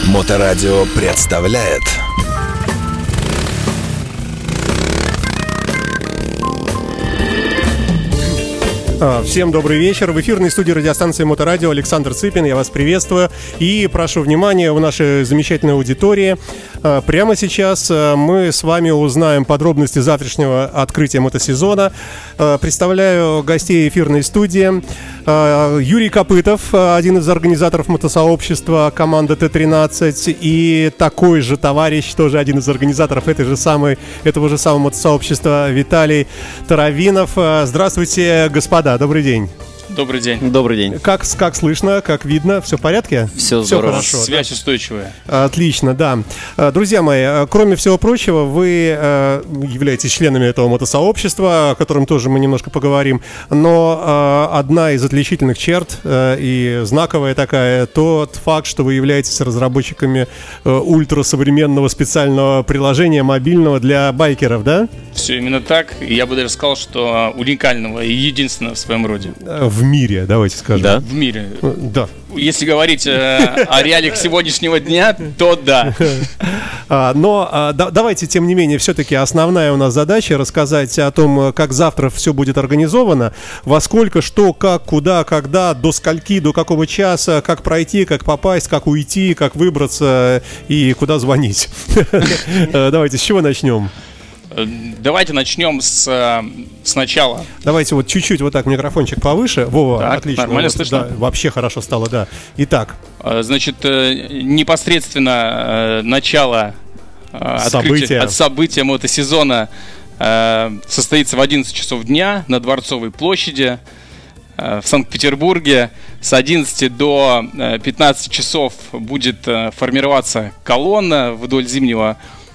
Моторадио представляет Всем добрый вечер. В эфирной студии радиостанции Моторадио Александр Цыпин. Я вас приветствую и прошу внимания у нашей замечательной аудитории. Прямо сейчас мы с вами узнаем подробности завтрашнего открытия мотосезона. Представляю гостей эфирной студии. Юрий Копытов, один из организаторов мотосообщества команда Т-13, и такой же товарищ, тоже один из организаторов этого же самого мотосообщества, Виталий Таравинов. Здравствуйте, господа, добрый день. Добрый день. Добрый день. Как слышно, как видно? Все в порядке? Все здорово. Хорошо. Связь устойчивая. Отлично, да. Друзья мои, кроме всего прочего, вы являетесь членами этого мотосообщества, о котором тоже мы немножко поговорим. Но одна из отличительных черт и знаковая такая, тот факт, что вы являетесь разработчиками ультрасовременного специального приложения мобильного для байкеров, да? Все именно так. Я бы даже сказал, что уникального и единственного в своем роде. В мире, давайте скажем. Да? В мире. Да. Если говорить о реалиях сегодняшнего дня, то да. Но давайте, тем не менее, все-таки основная у нас задача рассказать о том, как завтра все будет организовано, во сколько, что, как, куда, когда, до скольки, до какого часа, как пройти, как попасть, как уйти, как выбраться и куда звонить. Давайте, с чего начнем? Давайте начнем с начала. Давайте вот чуть-чуть вот так микрофончик повыше. Вова, так, отлично. Нормально вот, слышно? Да, вообще хорошо стало, да. Итак. Значит, непосредственно начало события мотосезона состоится в 11 часов дня на Дворцовой площади в Санкт-Петербурге. С 11 до 15 часов будет формироваться колонна вдоль Зимнего.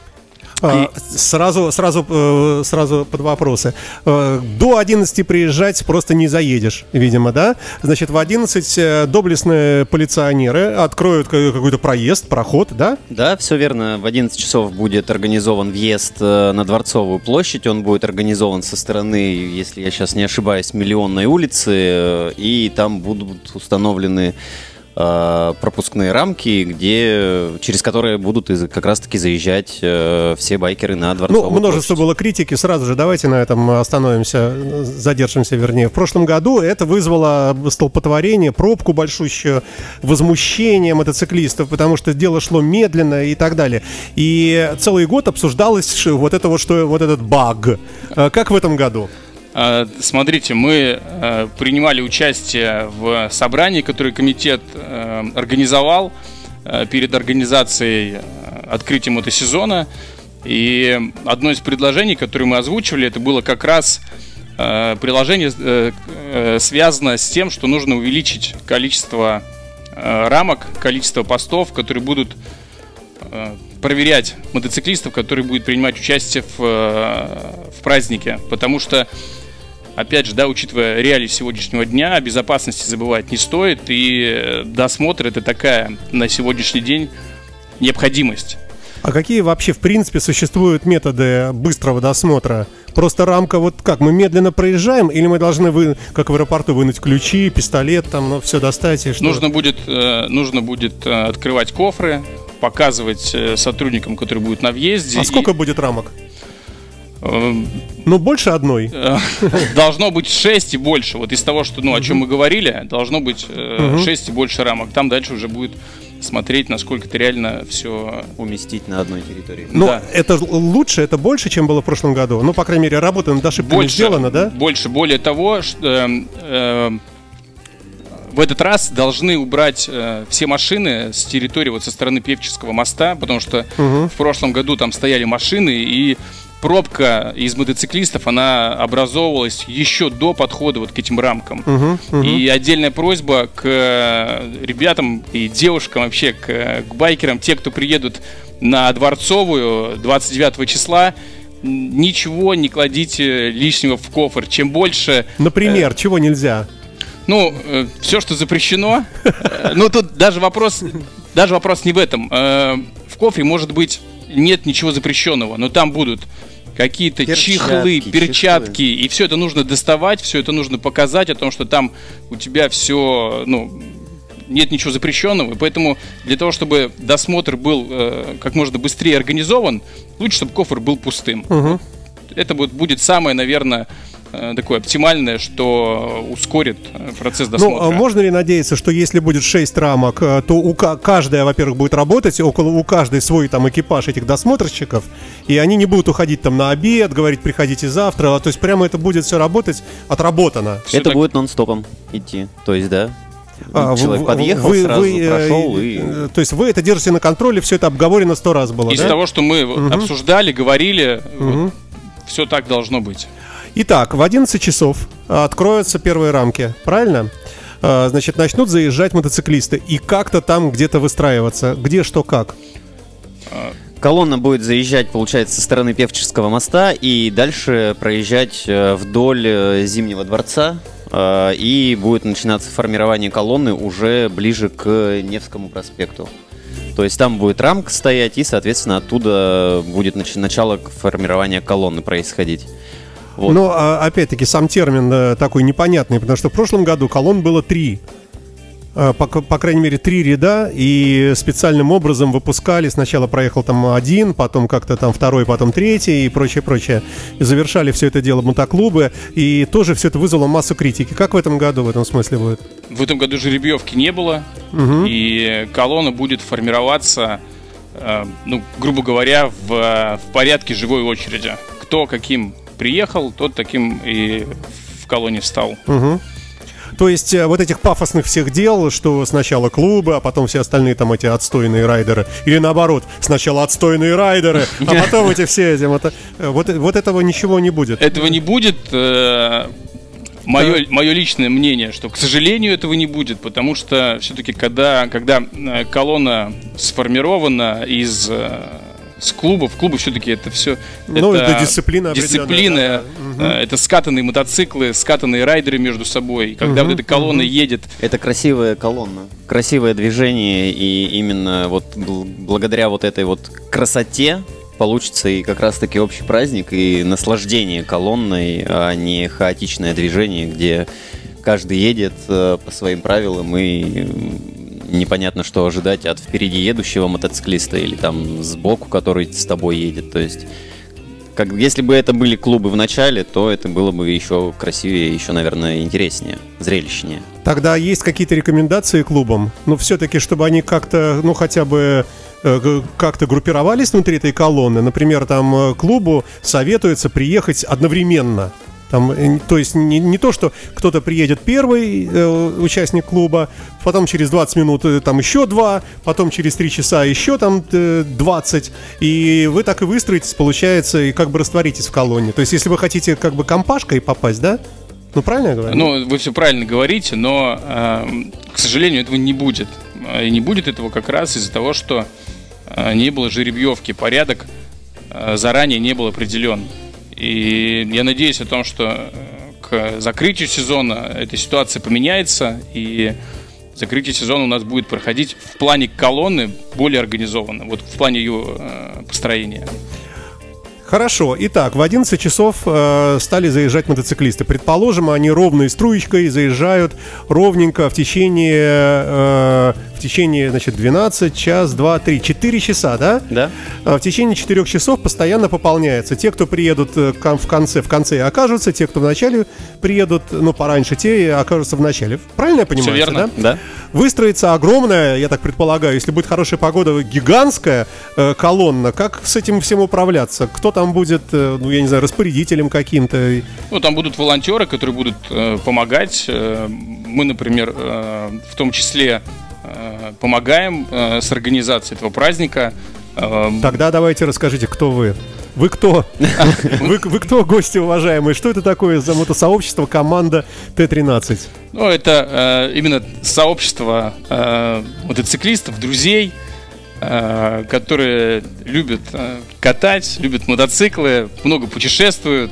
Сразу под вопросы. До 11 приезжать просто не заедешь, видимо, да? Значит, в 11 доблестные полиционеры откроют какой-то проход, да? Да, все верно. В 11 часов будет организован въезд на Дворцовую площадь. Он будет организован со стороны, если я сейчас не ошибаюсь, Миллионной улицы. И там будут установлены пропускные рамки, через которые будут как раз-таки заезжать все байкеры на Дворцовую площадь. Множество было критики, сразу же давайте на этом задержимся, вернее. В прошлом году это вызвало столпотворение, пробку большущую, возмущение мотоциклистов, потому что дело шло медленно и так далее. И целый год обсуждалось вот этот баг. Как в этом году? Смотрите, мы принимали участие в собрании, которое комитет организовал перед организацией открытия мотосезона. И одно из предложений, которое мы озвучивали, это было как раз приложение, связано с тем, что нужно увеличить количество рамок, количество постов, которые будут проверять мотоциклистов, которые будут принимать участие в празднике. Потому что, опять же, да, учитывая реалии сегодняшнего дня, о безопасности забывать не стоит, и досмотр — это такая на сегодняшний день необходимость. А какие вообще, в принципе, существуют методы быстрого досмотра? Просто рамка, вот как, мы медленно проезжаем, или мы должны, как в аэропорту, вынуть ключи, пистолет, там, все достать? И что? Нужно будет открывать кофры, показывать сотрудникам, которые будут на въезде. А сколько будет рамок? Ну, больше одной. Должно быть 6 и больше. Вот из того, что, о чем мы говорили, должно быть 6 и больше рамок. Там дальше уже будет смотреть, насколько ты реально все уместить на одной территории. Но да. Это лучше, это больше, чем было в прошлом году? Ну, по крайней мере, работа над ошибками сделана, да? Больше. Более того, в этот раз должны убрать все машины с территории, вот со стороны Певческого моста, потому что в прошлом году там стояли машины, и пробка из мотоциклистов, она образовывалась еще до подхода вот к этим рамкам. И отдельная просьба к ребятам и девушкам, вообще к байкерам, те, кто приедут на Дворцовую 29 числа, ничего не кладите лишнего в кофр. Чем больше... Например, чего нельзя? Все, что запрещено. Тут даже вопрос не в этом. В кофре, может быть, нет ничего запрещенного, но там будут какие-то чехлы, перчатки, и все это нужно доставать, все это нужно показать о том, что там у тебя все, нет ничего запрещенного, и поэтому для того, чтобы досмотр был как можно быстрее организован, лучше, чтобы кофр был пустым. Это будет самое, наверное, такое оптимальное, что ускорит процесс досмотра. Ну, можно ли надеяться, что если будет 6 рамок, то каждая, во-первых, будет работать, у каждой свой там экипаж этих досмотрщиков, и они не будут уходить там на обед, говорить, приходите завтра, то есть прямо это будет все работать отработано. Это будет нон-стопом идти, то есть, да. Человек подъехал, сразу прошел и... То есть вы это держите на контроле, все это обговорено 100 раз было, Из того, что мы обсуждали, говорили, все так должно быть. Итак, в 11 часов откроются первые рамки, правильно? Значит, начнут заезжать мотоциклисты и как-то там где-то выстраиваться. Где, что, как? Колонна будет заезжать, получается, со стороны Певческого моста и дальше проезжать вдоль Зимнего дворца. И будет начинаться формирование колонны уже ближе к Невскому проспекту. То есть там будет рамка стоять, и, соответственно, оттуда будет начало формирования колонны происходить. Вот. Но, опять-таки, сам термин такой непонятный, потому что в прошлом году колонн было 3. По крайней мере, 3 ряда, и специальным образом выпускали. Сначала проехал там один, потом как-то там второй, потом третий и прочее. И завершали все это дело мотоклубы, и тоже все это вызвало массу критики. Как в этом году в этом смысле будет? В этом году жеребьевки не было, и колонна будет формироваться, грубо говоря, в порядке живой очереди. Кто каким приехал, тот таким и в колонне встал. То есть вот этих пафосных всех дел, что сначала клубы, а потом все остальные там эти отстойные райдеры, или наоборот, сначала отстойные райдеры, а потом эти все эти вот этого ничего не будет. Этого не будет. Мое личное мнение, что, к сожалению, этого не будет, потому что все-таки, когда колонна сформирована из клубов, клубы все-таки это все... это дисциплина. Это скатанные мотоциклы, скатанные райдеры между собой. И когда вот эта колонна едет... Это красивая колонна, красивое движение, и именно вот благодаря вот этой вот красоте получится и как раз-таки общий праздник, и наслаждение колонной, а не хаотичное движение, где каждый едет по своим правилам, и непонятно, что ожидать от впереди едущего мотоциклиста или там сбоку, который с тобой едет. То есть, если бы это были клубы в начале, то это было бы еще красивее, еще, наверное, интереснее, зрелищнее. Тогда есть какие-то рекомендации клубам? Но все-таки, чтобы они как-то, хотя бы как-то группировались внутри этой колонны. Например, там клубу советуется приехать одновременно. Там, то есть не то, что кто-то приедет первый, участник клуба, потом через 20 минут там еще 2, потом через 3 часа еще там 20, и вы так и выстроитесь, получается, и как бы растворитесь в колонне. То есть если вы хотите как бы компашкой попасть, да? Ну, правильно я говорю? Вы все правильно говорите, но, к сожалению, этого не будет. И не будет этого как раз из-за того, что не было жеребьевки, порядок заранее не был определен. И я надеюсь о том, что к закрытию сезона эта ситуация поменяется, и закрытие сезона у нас будет проходить в плане колонны более организованно, вот в плане ее построения. Хорошо. Итак, в 11 часов стали заезжать мотоциклисты. Предположим, они ровной струечкой заезжают ровненько в течение, значит, 12, час, 2, 3, 4 часа, да? Да. В течение 4 часов постоянно пополняется. Те, кто приедут в конце окажутся, те, кто в начале приедут, пораньше, те окажутся в начале. Правильно я понимаю? Все верно. Да. Выстроится огромная, я так предполагаю, если будет хорошая погода, гигантская колонна. Как с этим всем управляться? Кто там будет, я не знаю, распорядителем каким-то? Там будут волонтеры, которые будут помогать. Мы, например, в том числе помогаем с организацией этого праздника. Тогда давайте расскажите, кто вы. Вы кто? Вы кто, гости уважаемые? Что это такое за мотосообщество команда Т-13? Это именно сообщество мотоциклистов, друзей, которые любят катать, любят мотоциклы, много путешествуют.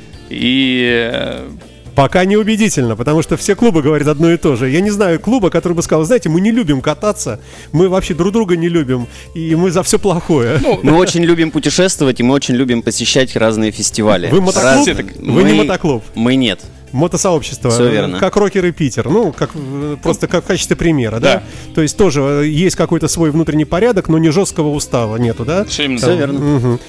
И пока не убедительно, потому что все клубы говорят одно и то же. Я не знаю клуба, который бы сказал: знаете, мы не любим кататься, мы вообще друг друга не любим, и мы за все плохое. Мы очень любим путешествовать, и мы очень любим посещать разные фестивали. Вы мотоклуб? Вы не мотоклуб? Мы нет. Мотосообщество. Всё верно. Как рокеры Питер. Ну, просто как в качестве примера, да? Да. То есть тоже есть какой-то свой внутренний порядок, но не жесткого устава нету, да? Все именно Всё так. верно. Мгм.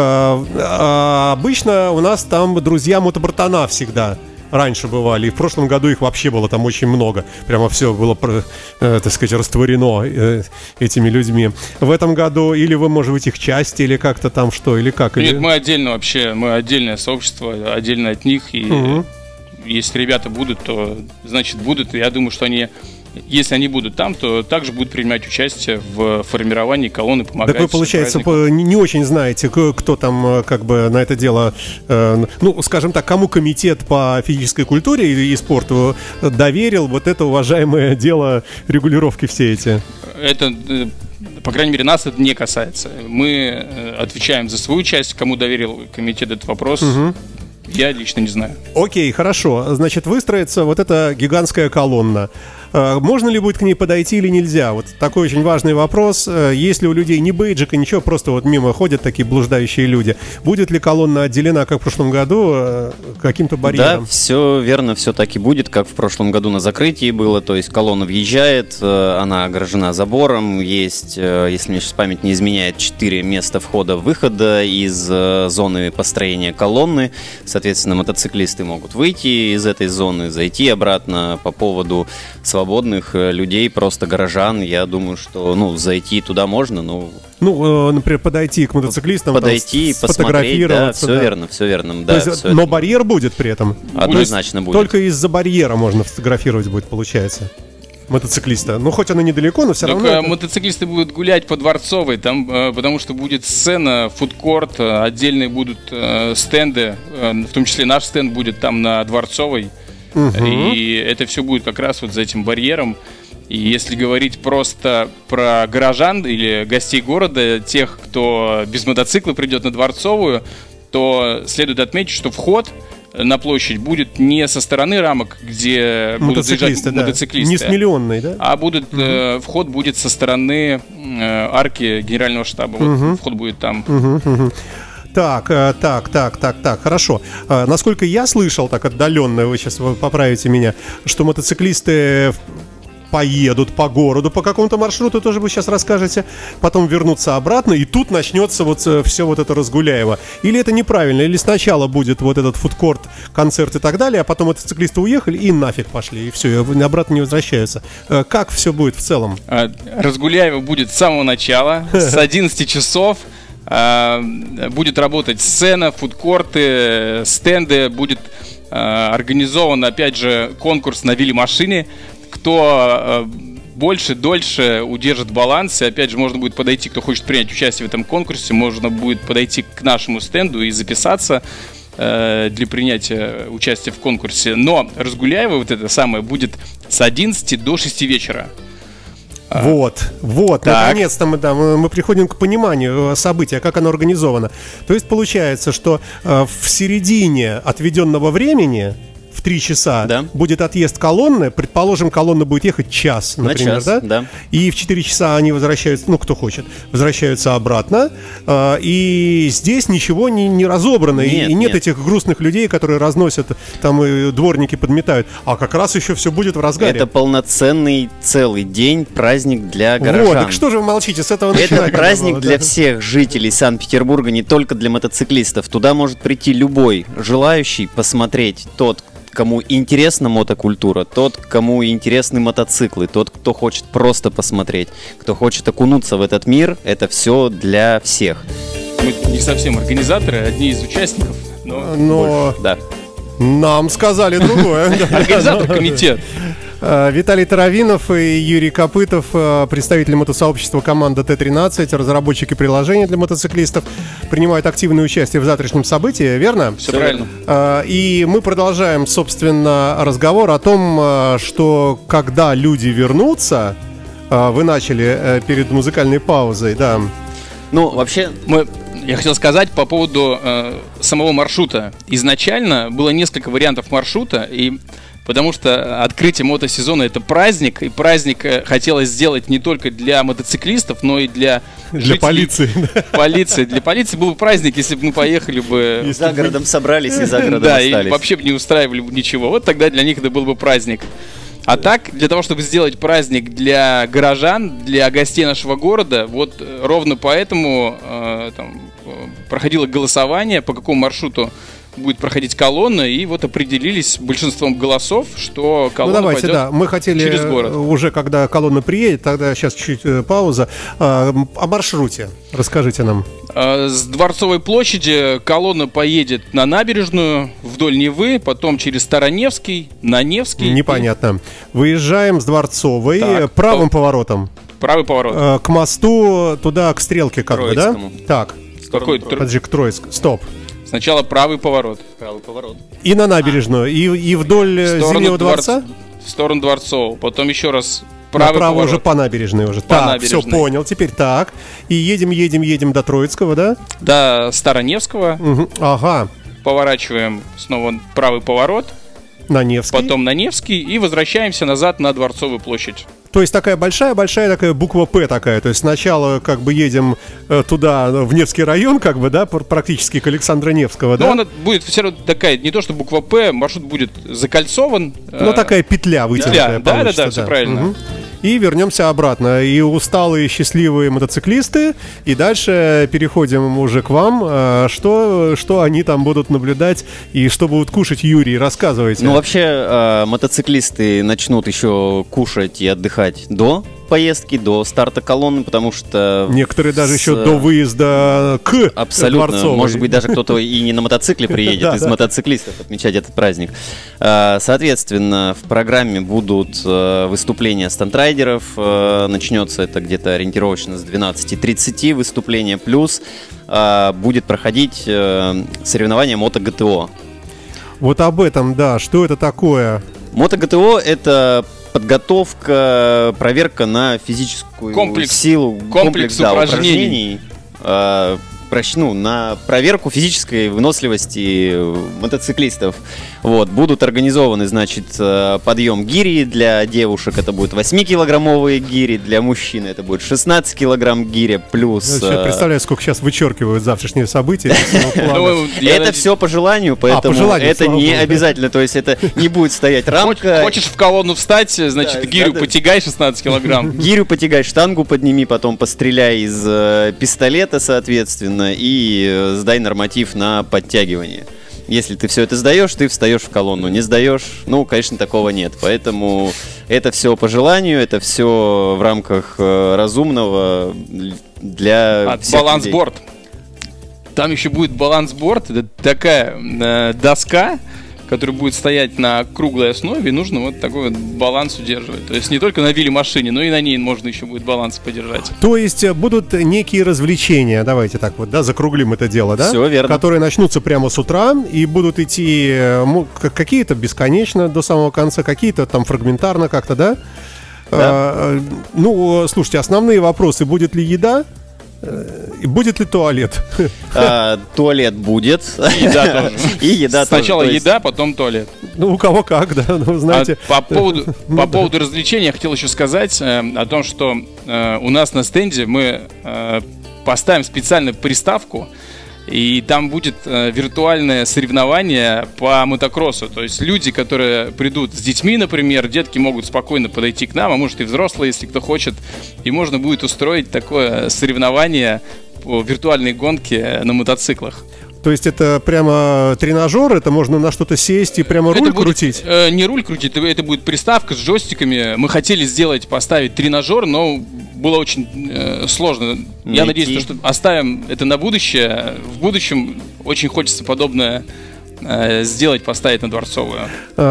Обычно у нас там друзья мотобратана всегда раньше бывали, и в прошлом году их вообще было там очень много. Прямо все было, так сказать, растворено этими людьми. В этом году или вы, может быть, их часть, или как-то там что, или как? Нет, Или... мы отдельно вообще, мы отдельное сообщество, отдельно от них. И если ребята будут, то значит будут. И я думаю, что они, если они будут там, то также будут принимать участие в формировании колонны, помогать. Так вы, получается, празднику. не очень знаете, кто там как бы на это дело, ну, скажем так, кому комитет по физической культуре и спорту доверил вот это уважаемое дело регулировки все эти? Это, по крайней мере, нас это не касается. Мы отвечаем за свою часть, кому доверил комитет этот вопрос. Я лично не знаю. Окей, хорошо. Значит, выстроится вот эта гигантская колонна. Можно ли будет к ней подойти или нельзя? Вот такой очень важный вопрос. Если у людей не бейджика, ничего, просто вот мимо ходят такие блуждающие люди, будет ли колонна отделена, как в прошлом году, каким-то барьером? Да, все верно, все так и будет, как в прошлом году на закрытии было. То есть колонна въезжает, она огражена забором. Есть, если мне сейчас память не изменяет, 4 места входа-выхода из зоны построения колонны. Соответственно, мотоциклисты могут выйти из этой зоны, зайти обратно. По поводу свободных людей, просто горожан, я думаю, что, ну, зайти туда можно, но... Ну, например, подойти к мотоциклистам, подойти, там, посмотреть, да, сфотографироваться. все верно, все верно. То Да, есть, всё но это барьер будет при этом? однозначно будет. Только из-за барьера можно фотографировать будет, получается, мотоциклиста. Ну, хоть оно недалеко, но все равно... это- Мотоциклисты будут гулять по Дворцовой, там, потому что будет сцена, фудкорт, отдельные будут стенды, в том числе наш стенд будет там на Дворцовой. И это все будет как раз вот за этим барьером. И если говорить просто про горожан или гостей города, тех, кто без мотоцикла придет на Дворцовую, то следует отметить, что вход на площадь будет не со стороны рамок, где будут заезжать да. мотоциклисты, Не с миллионной, да? а вход будет со стороны арки Генерального штаба. Вот вход будет там. Так, хорошо. Насколько я слышал, так отдаленно, вы сейчас поправите меня, что мотоциклисты поедут по городу по какому-то маршруту, тоже вы сейчас расскажете, потом вернутся обратно, и тут начнется вот все вот это Разгуляево. Или это неправильно, или сначала будет вот этот фудкорт, концерт и так далее, а потом мотоциклисты уехали и нафиг пошли, и все, и обратно не возвращаются. Как все будет в целом? Разгуляево будет с самого начала, с 11 часов. Будет работать сцена, фудкорты, стенды, будет организован, опять же, конкурс на веломашине. Кто больше, дольше удержит баланс, и опять же можно будет подойти, кто хочет принять участие в этом конкурсе, можно будет подойти к нашему стенду и записаться для принятия участия в конкурсе. Но Разгуляево вот это самое будет с 11 до 6 вечера. Вот, наконец-то мы приходим к пониманию события, как оно организовано. То есть получается, что в середине отведенного времени, в 3 часа, Да. будет отъезд колонны. Предположим, колонна будет ехать час, например, час, да? да. И в 4 часа они возвращаются, ну, кто хочет, возвращаются обратно. И здесь ничего не разобрано. Нет, и нет нет. этих грустных людей, которые разносят, там и дворники подметают. А как раз еще все будет в разгаре. Это полноценный целый день, праздник для горожан. Вот, так что же вы молчите, с этого начинать Это надо праздник было, для да? всех жителей Санкт-Петербурга, не только для мотоциклистов. Туда может прийти любой желающий посмотреть, тот, кому интересна мотокультура, тот, кому интересны мотоциклы, тот, кто хочет просто посмотреть, кто хочет окунуться в этот мир. Это все для всех. Мы не совсем организаторы, одни из участников, Но Да. нам сказали другое. организатор комитет. Виталий Таравинов и Юрий Копытов, представители мотосообщества «Команда Т-13», разработчики приложения для мотоциклистов, принимают активное участие в завтрашнем событии, верно? Все правильно. И мы продолжаем, собственно, разговор о том, что когда люди вернутся, вы начали перед музыкальной паузой, да. Ну, вообще, Я хотел сказать по поводу самого маршрута. Изначально было несколько вариантов маршрута, и потому что открытие мотосезона — это праздник, и праздник хотелось сделать не только для мотоциклистов, но и для полиции. Полиции. Для полиции был бы праздник, если бы мы поехали бы... И за городом собрались, и за городом да, остались. И вообще бы не устраивали бы ничего. Вот тогда для них это был бы праздник. А так, для того, чтобы сделать праздник для горожан, для гостей нашего города, вот ровно поэтому проходило голосование, по какому маршруту будет проходить колонна, и вот определились большинством голосов, что колонна пойдет мы хотели через город. Уже когда колонна приедет, тогда сейчас чуть-чуть пауза. О маршруте расскажите нам. С Дворцовой площади колонна поедет на набережную, вдоль Невы, потом через Староневский, на Невский. Непонятно. Выезжаем с Дворцовой правым поворотом. Правый поворот. К мосту, туда, к стрелке, как бы, да? Так. Какой? Подожди, к Троицк. Стоп. Сначала правый поворот. И на набережную, и вдоль Зимнего дворца? В сторону Дворцового. Потом еще раз правый направо поворот. Уже по набережной уже. Все, понял. Теперь так. И едем до Троицкого, да? До Староневского. Угу. Ага. Поворачиваем снова правый поворот. На Невский. Потом на Невский. И возвращаемся назад на Дворцовую площадь. То есть такая большая такая буква «П» такая. То есть сначала как бы едем туда, в Невский район, как бы, да, практически к Александра Невского, да? Ну, она будет все равно такая, не то что буква «П», маршрут будет закольцован. Ну, такая петля вытянутая. Да, все правильно. Угу. И вернемся обратно. И усталые, счастливые мотоциклисты. И дальше переходим уже к вам. Что они там будут наблюдать и что будут кушать, Юрий? Рассказывайте. Ну, вообще, мотоциклисты начнут еще кушать и отдыхать до поездки, до старта колонны, потому что... Некоторые даже еще до выезда к Абсолютно. Дворцовой. Может быть, даже кто-то и не на мотоцикле приедет из мотоциклистов отмечать этот праздник. Соответственно, в программе будут выступления стандрайдеров. Начнется это где-то ориентировочно с 12:30 выступления. Плюс будет проходить соревнование МоtoГТО. Вот об этом, да. Что это такое? МоtoГТО — это подготовка, проверка на физическую силу, комплекс упражнений. На проверку физической выносливости мотоциклистов. Вот, будут организованы, значит, подъем гири для девушек, это будут 8-килограммовые гири, для мужчин это будет 16 килограмм гиря, плюс... Я представляю, сколько сейчас вычеркивают завтрашние события. Это все по желанию, поэтому это не обязательно, то есть это не будет стоять рамка. Хочешь в колонну встать, значит, гирю потягай 16 килограмм. Гирю потягай, штангу подними, потом постреляй из пистолета, соответственно, и сдай норматив на подтягивание. Если ты все это сдаешь, ты встаешь в колонну. Не сдаешь, ну, конечно, такого нет. Поэтому это все по желанию, это все в рамках разумного для всех балансборд. Там еще будет балансборд. Это такая доска, который будет стоять на круглой основе, и нужно вот такой вот баланс удерживать. То есть не только на виле-машине, но и на ней можно еще будет баланс поддержать. То есть будут некие развлечения, давайте так вот, да, закруглим это дело, да? Все верно. Которые начнутся прямо с утра и будут идти какие-то бесконечно до самого конца, какие-то там фрагментарно как-то, да? Да. Ну, слушайте, основные вопросы: будет ли еда? И будет ли туалет? Туалет будет. И еда тоже. И еда Сначала еда, потом туалет. Ну, у кого как, да, ну, знаете. По поводу развлечений я хотел еще сказать о том, что у нас на стенде мы поставим специальную приставку, и там будет виртуальное соревнование по мотокроссу. То есть люди, которые придут с детьми, например, детки могут спокойно подойти к нам, а может и взрослые, если кто хочет, и можно будет устроить такое соревнование по виртуальной гонке на мотоциклах. То есть это прямо тренажер, это можно на что-то сесть и прямо руль крутить? Не руль крутить, это будет приставка с джойстиками. Мы хотели поставить тренажер, но было очень сложно. Я надеюсь, что оставим это на будущее. В будущем очень хочется подобное сделать, поставить на Дворцовую.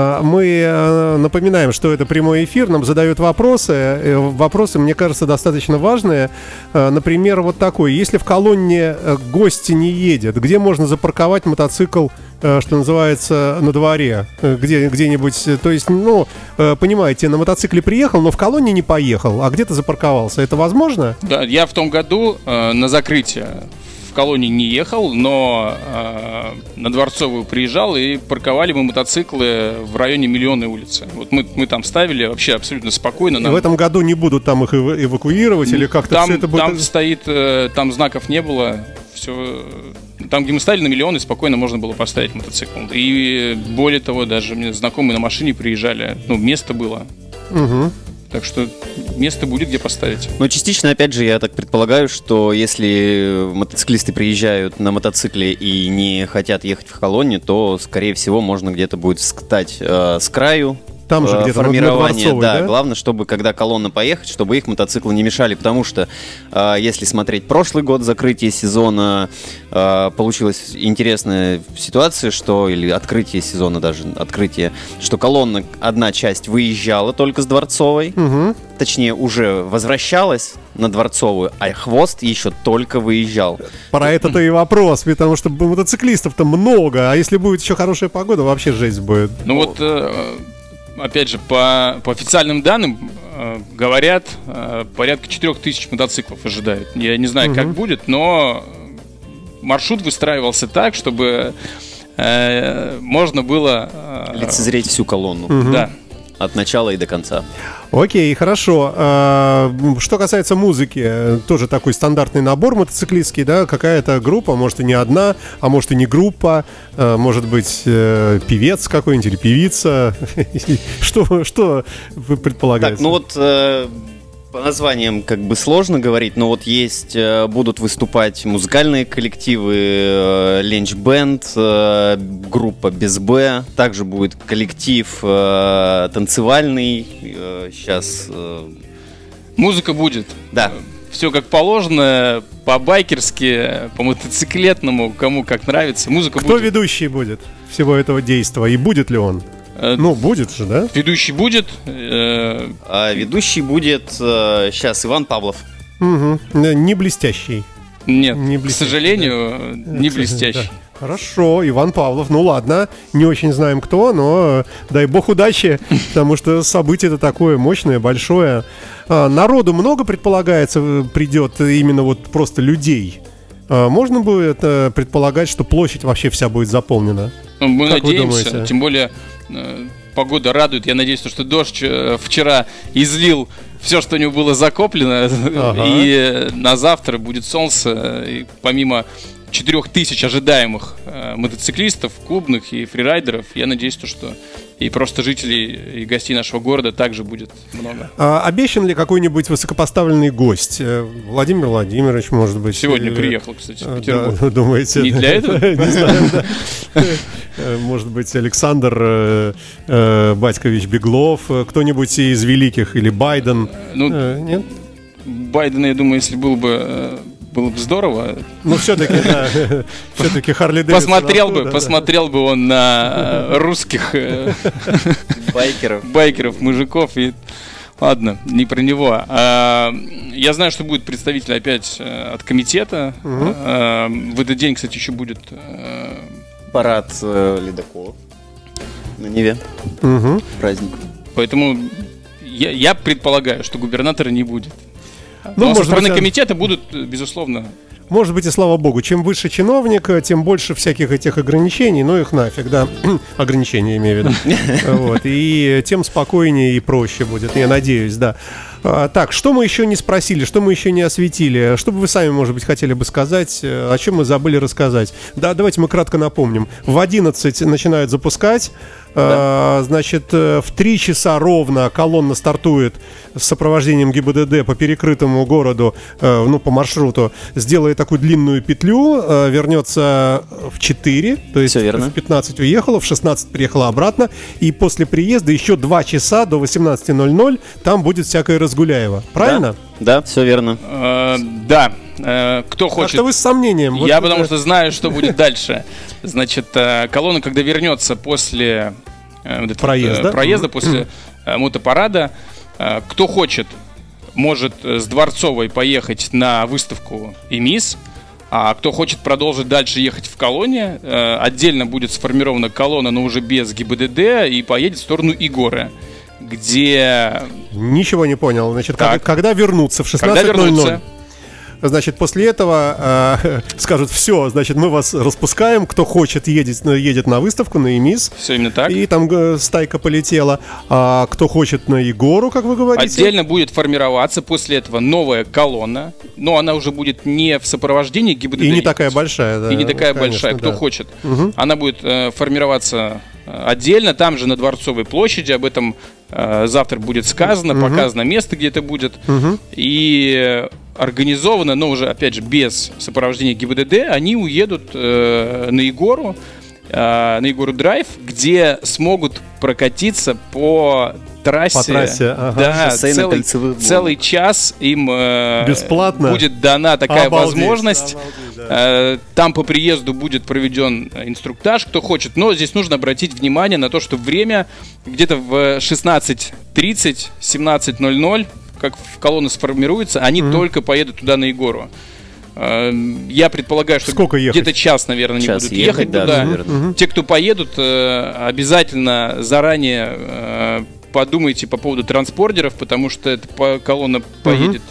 Мы напоминаем, что это прямой эфир, нам задают вопросы. Вопросы, мне кажется, достаточно важные. Например, вот такой: если в колонне гость не едет, где можно запарковать мотоцикл, что называется, на дворе? Где-нибудь, то есть, ну, понимаете, на мотоцикле приехал, но в колонне не поехал, а где-то запарковался. Это возможно? Да, я в том году на закрытие в колонии не ехал, но на Дворцовую приезжал, и парковали мы мотоциклы в районе Миллионной улицы. Вот мы там ставили вообще абсолютно спокойно. И в этом году не будут там их эвакуировать или как-то там, все это будет? Там стоит, там знаков не было, все. Там, где мы ставили на Миллионы, спокойно можно было поставить мотоцикл. И более того, даже мне знакомые на машине приезжали, место было. Угу. Так что место будет где поставить. Но частично, опять же, я так предполагаю, что если мотоциклисты приезжают на мотоцикле и не хотят ехать в колонне, то, скорее всего, можно где-то будет встать с краю. Там же где-то формирование, да? Главное, чтобы когда колонна поехать, чтобы их мотоциклы не мешали, потому что если смотреть прошлый год, закрытие сезона, получилась интересная ситуация, или открытие сезона даже, что колонна, одна часть выезжала только с Дворцовой, точнее уже возвращалась на Дворцовую, а хвост еще только выезжал. Про это-то и вопрос, потому что мотоциклистов-то много, а если будет еще хорошая погода, вообще жесть будет. Опять же, по официальным данным говорят, порядка 4000 мотоциклов ожидают. Я не знаю, как будет, но маршрут выстраивался так, чтобы можно было лицезреть всю колонну. Да. От начала и до конца. Окей, хорошо. Что касается музыки, тоже такой стандартный набор мотоциклистский, да? Какая-то группа, может и не одна, а может и не группа, может быть певец какой-нибудь или певица. Что вы предполагаете? Так, по названиям сложно говорить, но есть, будут выступать музыкальные коллективы, ленч-бенд, группа без Б, также будет коллектив танцевальный, сейчас... Музыка будет. Да. Все как положено, по-байкерски, по-мотоциклетному, кому как нравится. Музыка будет. Кто ведущий будет всего этого действия и будет ли он? Будет же, да? Ведущий будет. Ведущий будет сейчас Иван Павлов. Угу. Не блестящий. Нет, не блестящий, к сожалению, да. Не блестящий. Да. Хорошо, Иван Павлов. Ладно, не очень знаем кто, но дай бог удачи, потому что событие-то такое мощное, большое. Народу много, предполагается, придет именно просто людей. Можно будет предполагать, что площадь вообще вся будет заполнена? Мы надеемся, тем более погода радует. Я надеюсь, что дождь вчера излил все, что у него было закоплено. И на завтра будет солнце. И помимо 4000 ожидаемых мотоциклистов, клубных и фрирайдеров, я надеюсь, что и просто жителей и гостей нашего города также будет много. Обещан ли какой-нибудь высокопоставленный гость? Владимир Владимирович, может быть? Сегодня приехал, кстати, в Петербург. Да, думаете? Не для этого? Не знаю. Может быть, Александр Батькович Беглов, кто-нибудь из великих, или Байден? Нет? Байдена, я думаю, если было бы здорово. Все-таки, да. Все-таки Харли Дэвидсон. Посмотрел бы он на русских байкеров, мужиков. И ладно, не про него. Я знаю, что будет представитель опять от комитета. В этот день, кстати, еще будет парад ледоколов на Неве. Праздник. Поэтому я предполагаю, что губернатора не будет. Но может со стороны быть, комитета будут, безусловно. Может быть, и слава богу, чем выше чиновник, тем больше всяких этих ограничений, их нафиг, да, ограничения имею в виду. И тем спокойнее и проще будет, я надеюсь, да. Так, что мы еще не спросили, что мы еще не осветили, что бы вы сами, может быть, хотели бы сказать, о чем мы забыли рассказать. Да, давайте мы кратко напомним. В 11 начинают запускать, значит, в 3 часа ровно колонна стартует с сопровождением ГИБДД по перекрытому городу, по маршруту, сделает такую длинную петлю, вернется в 4, то есть в 15 уехала, в 16 приехала обратно, и после приезда еще 2 часа до 18:00 там будет всякое разгуляево. Правильно? Да, все верно. Да. Кто хочет. А вы с сомнением? Я потому что знаю, что будет дальше. Значит, колонна, когда вернется после проезда, после мотопарада, кто хочет, может с Дворцовой поехать на выставку ИМИС, а кто хочет продолжить дальше ехать в колонне, отдельно будет сформирована колонна, но уже без ГИБДД, и поедет в сторону Игоря, где... Ничего не понял. Значит, когда вернутся в 16:00? значит, после этого скажут: все, значит, мы вас распускаем, кто хочет, едет на выставку, на ИМИС. Все именно так. И там стайка полетела. А кто хочет на Егору, как вы говорите? Отдельно будет формироваться после этого новая колонна, но она уже будет не в сопровождении ГИБДД. И не такая большая, да. И не такая конечно, большая, кто да. хочет. Она будет формироваться отдельно, там же на Дворцовой площади. Об этом завтра будет сказано, показано место, где это будет. И организованно, но уже, опять же, без сопровождения ГИБДД, они уедут на Егору Драйв, где смогут прокатиться по трассе. Ага. Да, целый час им бесплатно будет дана такая обалдеть, возможность. да. Там по приезду будет проведен инструктаж, кто хочет. Но здесь нужно обратить внимание на то, что время где-то в 16:30, 17:00, как колонна сформируется, они только поедут туда на Егору. Я предполагаю, что где-то час, наверное, они будут ехать туда. Те, кто поедут, обязательно заранее подумайте по поводу транспортеров, потому что эта колонна поедет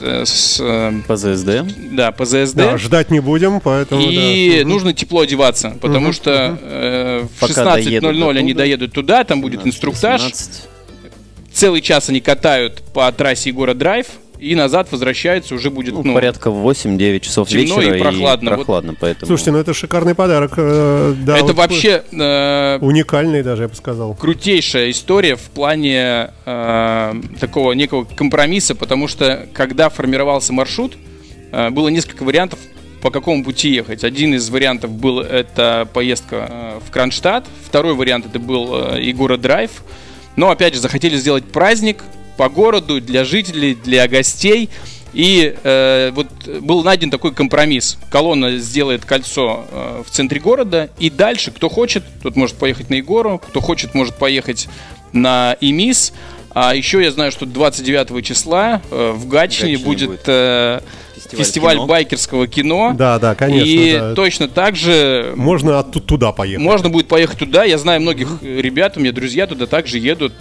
по ЗСД. Да, по ЗСД. Да, ждать не будем, поэтому. И нужно тепло одеваться, потому что в 16:00 они доедут туда, там будет инструктаж. 18. Целый час они катают по трассе Егора Драйв. И назад возвращается, уже будет порядка 8-9 часов темно вечера и прохладно. Поэтому... Слушайте, ну это шикарный подарок. Да, это вообще уникальный даже, я бы сказал. Крутейшая история в плане такого некого компромисса, потому что когда формировался маршрут, было несколько вариантов, по какому пути ехать. Один из вариантов был это поездка в Кронштадт, второй вариант это был Егора Драйв. Но опять же захотели сделать праздник по городу, для жителей, для гостей. И вот был найден такой компромисс. Колонна сделает кольцо в центре города. И дальше, кто хочет, тот может поехать на Егору. Кто хочет, может поехать на ИМИС. А еще я знаю, что 29 числа в Гатчине будет фестиваль байкерского кино. Да, конечно. И точно так же... Можно туда поехать. Можно будет поехать туда. Я знаю многих ребят, у меня друзья туда также едут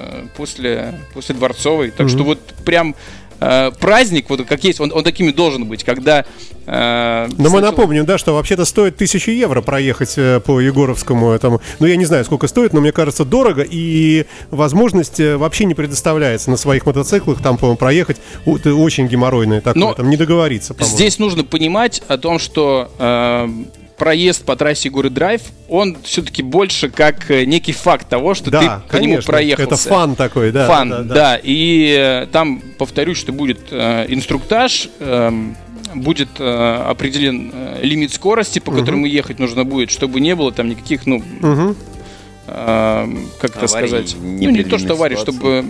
после Дворцовой. Так что вот прям... праздник, вот как есть, он такими должен быть, когда... Но мы напомним, да, что вообще-то стоит 1000 евро проехать по Егоровскому этому. Ну, я не знаю, сколько стоит, но мне кажется, дорого, и возможность вообще не предоставляется на своих мотоциклах там, по-моему, проехать. Это очень геморройное такое, там не договориться, по-моему. Здесь нужно понимать о том, что... проезд по трассе Егоры Драйв, он все-таки больше как некий факт того, что ты по нему проехался. Это фан такой, да. Фан, да. И там, повторюсь, что будет инструктаж, будет определен лимит скорости, по которому ехать нужно будет, чтобы не было там никаких, как это сказать, не то что аварий, чтобы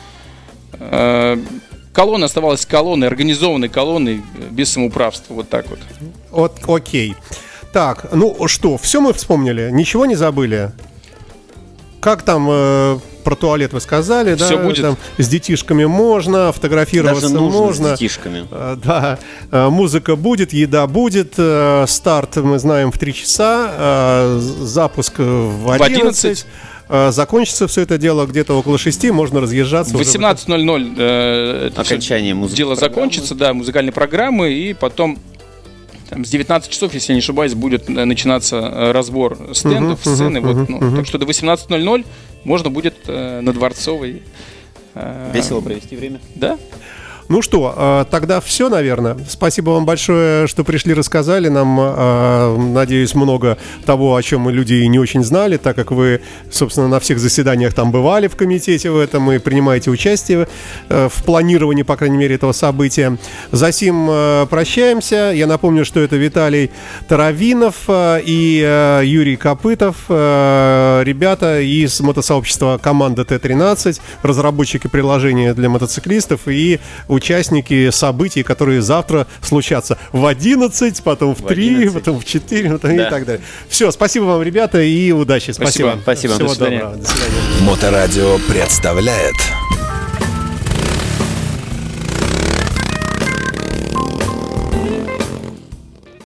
колонна оставалась колонной, организованной колонной без самоуправства, вот так вот. Окей. Так, ну что, все мы вспомнили? Ничего не забыли? Как там про туалет вы сказали, все да? будет. Там, с детишками можно, фотографироваться даже можно. С детишками. Да, музыка будет, еда будет. Старт, мы знаем, в 3 часа. Запуск в 11. Закончится все это дело где-то около 6, можно разъезжаться. В 18:00 окончание дело закончится, да, музыкальной программы, и потом там, с 19 часов, если я не ошибаюсь, будет начинаться разбор стендов, сцены. Так что до 18:00 можно будет на Дворцовой весело провести время. Да. Ну что, тогда все, наверное. Спасибо вам большое, что пришли, рассказали нам, надеюсь, много того, о чем люди не очень знали, так как вы, собственно, на всех заседаниях там бывали в комитете в этом и принимаете участие в планировании, по крайней мере, этого события. За сим прощаемся. Я напомню, что это Виталий Таравинов и Юрий Копытов, ребята из мотосообщества «Команда Т-13», разработчики приложения для мотоциклистов и участники событий, которые завтра случатся в 11, потом в 3, потом в 4, потом и так далее. Все, спасибо вам, ребята, и удачи. Спасибо. Спасибо. Всего До свидания. доброго. До свидания. Моторадио представляет